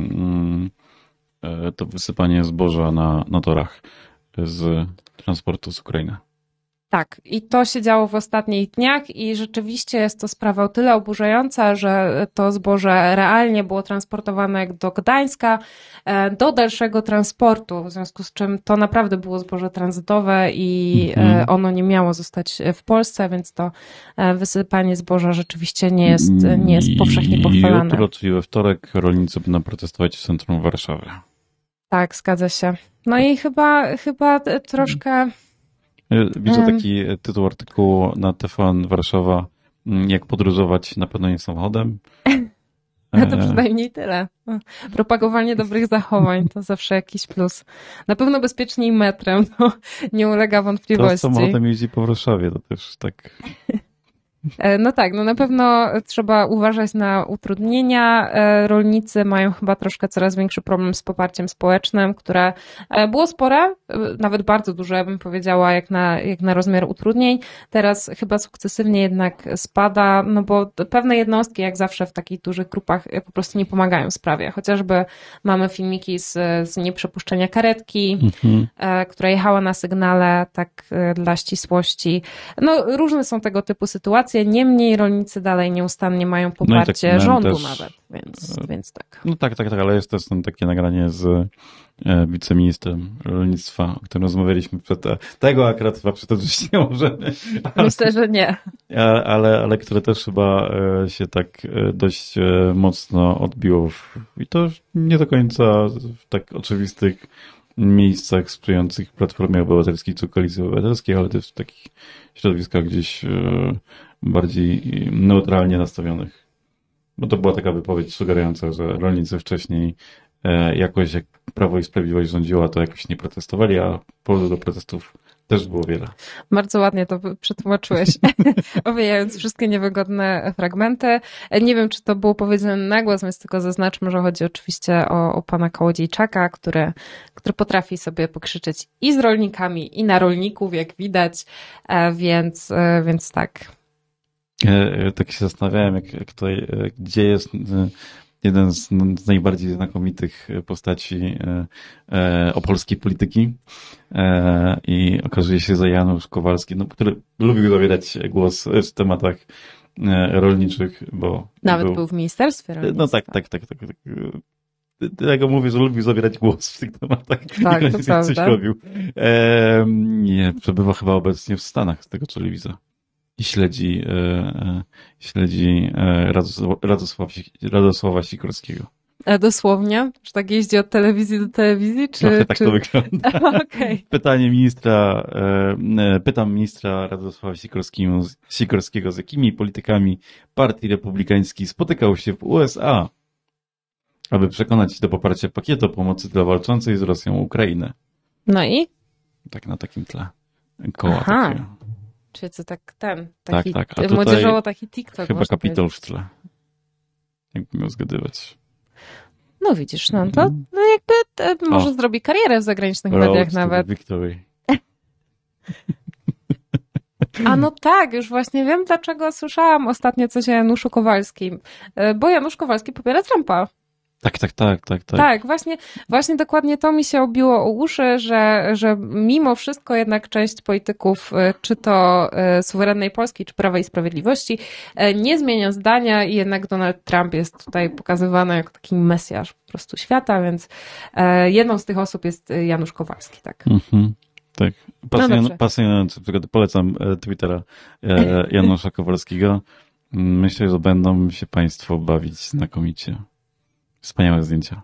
to wysypanie zboża na torach z transportu z Ukrainy. Tak, i to się działo w ostatnich dniach i rzeczywiście jest to sprawa o tyle oburzająca, że to zboże realnie było transportowane do Gdańska do dalszego transportu, w związku z czym to naprawdę było zboże tranzytowe i ono nie miało zostać w Polsce, więc to wysypanie zboża rzeczywiście nie jest powszechnie pochwalane. Jutro, czyli we wtorek, rolnicy będą protestować w centrum Warszawy. Tak, zgadza się. No i chyba troszkę... Widzę taki tytuł artykułu na TVN Warszawa: jak podróżować na pewno nie samochodem. No to przynajmniej tyle. Propagowanie dobrych zachowań to zawsze jakiś plus. Na pewno bezpieczniej metrem, to nie ulega wątpliwości. To samochodem jeździ po Warszawie, to też tak... No tak, no na pewno trzeba uważać na utrudnienia. Rolnicy mają chyba troszkę coraz większy problem z poparciem społecznym, które było spore, nawet bardzo duże, ja bym powiedziała, jak na rozmiar utrudnień. Teraz chyba sukcesywnie jednak spada, no bo pewne jednostki, jak zawsze w takich dużych grupach, po prostu nie pomagają sprawie. Chociażby mamy filmiki z nieprzepuszczenia karetki, która jechała na sygnale, tak dla ścisłości. No różne są tego typu sytuacje. Niemniej rolnicy dalej nieustannie mają poparcie rządu też, nawet, więc tak. No tak, ale jest też takie nagranie z wiceministrem rolnictwa, o którym rozmawialiśmy przed... Tego akurat chyba przytoczyć nie możemy. Myślę, że nie. Ale które też chyba się tak dość mocno odbiło i to nie do końca w tak oczywistych miejscach sprzyjających Platformie Obywatelskiej czy Koalicji Obywatelskiej, ale też w takich środowiskach gdzieś bardziej neutralnie nastawionych. Bo to była taka wypowiedź sugerująca, że rolnicy wcześniej jakoś jak Prawo i Sprawiedliwość rządziła, to jakoś nie protestowali, a powodów do protestów też było wiele. Bardzo ładnie to przetłumaczyłeś, owijając wszystkie niewygodne fragmenty. Nie wiem, czy to było powiedziane na głos, więc tylko zaznaczmy, że chodzi oczywiście o pana Kołodziejczaka, który potrafi sobie pokrzyczeć i z rolnikami, i na rolników, jak widać, więc tak. Tak się zastanawiałem, jak tutaj, gdzie jest jeden z najbardziej znakomitych postaci opolskiej polityki i okazuje się, że Janusz Kowalski, który lubił zabierać głos w tematach rolniczych, bo... Nawet był w Ministerstwie Rolnictwa. No tak. Ja go mówię, że lubił zabierać głos w tych tematach. Tak, to prawda. Coś robił. Nie, przebywa chyba obecnie w Stanach, z tego co widzę. I śledzi Radosława Sikorskiego. Dosłownie? Że tak jeździ od telewizji do telewizji? Trochę tak to wygląda. Okej. Pytam ministra Radosława Sikorskiego, z jakimi politykami partii republikańskiej spotykał się w USA, aby przekonać ich do poparcia pakietu pomocy dla walczącej z Rosją Ukrainy. No i? Tak na takim tle. Koła Aha. takiego. Czyli co taki Tak. A tutaj młodzieżowo taki TikTok. chyba można kapitol powiedzieć. w tle. Jakbym miał zgadywać. No widzisz, no to jakby może zrobi karierę w zagranicznych mediach Road to nawet. Victory. A no tak, już właśnie wiem, dlaczego słyszałam ostatnio coś o Januszu Kowalskim. Bo Janusz Kowalski popiera Trumpa. Tak. Tak, właśnie dokładnie to mi się obiło o uszy, że mimo wszystko jednak część polityków, czy to suwerennej Polski, czy Prawa i Sprawiedliwości, nie zmienia zdania i jednak Donald Trump jest tutaj pokazywany jako taki mesjasz po prostu świata, więc jedną z tych osób jest Janusz Kowalski, tak. Tak. Pasjonujące przygody. Polecam Twittera Janusza Kowalskiego. Myślę, że będą się Państwo bawić znakomicie. Wspaniałe zdjęcia.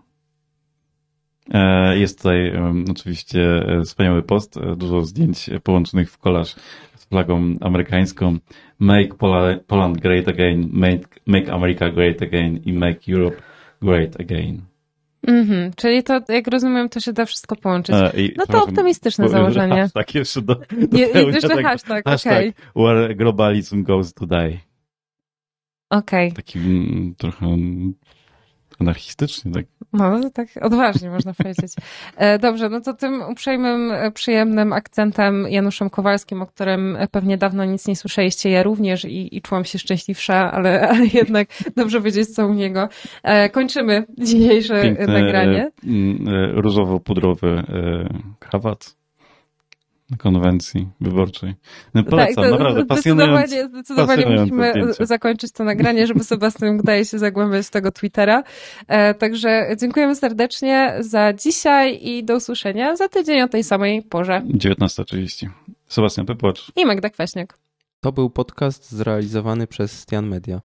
Jest tutaj oczywiście wspaniały post, dużo zdjęć połączonych w kolaż z flagą amerykańską. Make Poland great again, make America great again i make Europe great again. Czyli to, jak rozumiem, to się da wszystko połączyć. No to optymistyczne założenie. Hashtag jeszcze do jeszcze hashtag, okej. Where globalism goes today. Okej. Taki trochę anarchistycznie, tak? No, tak odważnie można powiedzieć. Dobrze, no to tym uprzejmym, przyjemnym akcentem Januszem Kowalskim, o którym pewnie dawno nic nie słyszeliście, ja również i czułam się szczęśliwsza, ale jednak dobrze wiedzieć, co u niego. Kończymy dzisiejsze Piękne, nagranie. Różowo-pudrowy krawat na konwencji wyborczej. No, polecam, tak, naprawdę, zdecydowanie musimy zakończyć to nagranie, żeby Sebastian Gdaje się zagłębiać z tego Twittera. Także dziękujemy serdecznie za dzisiaj i do usłyszenia za tydzień o tej samej porze. 19:30. Sebastian Pypłacz I Magda Kwaśniak. To był podcast zrealizowany przez Stian Media.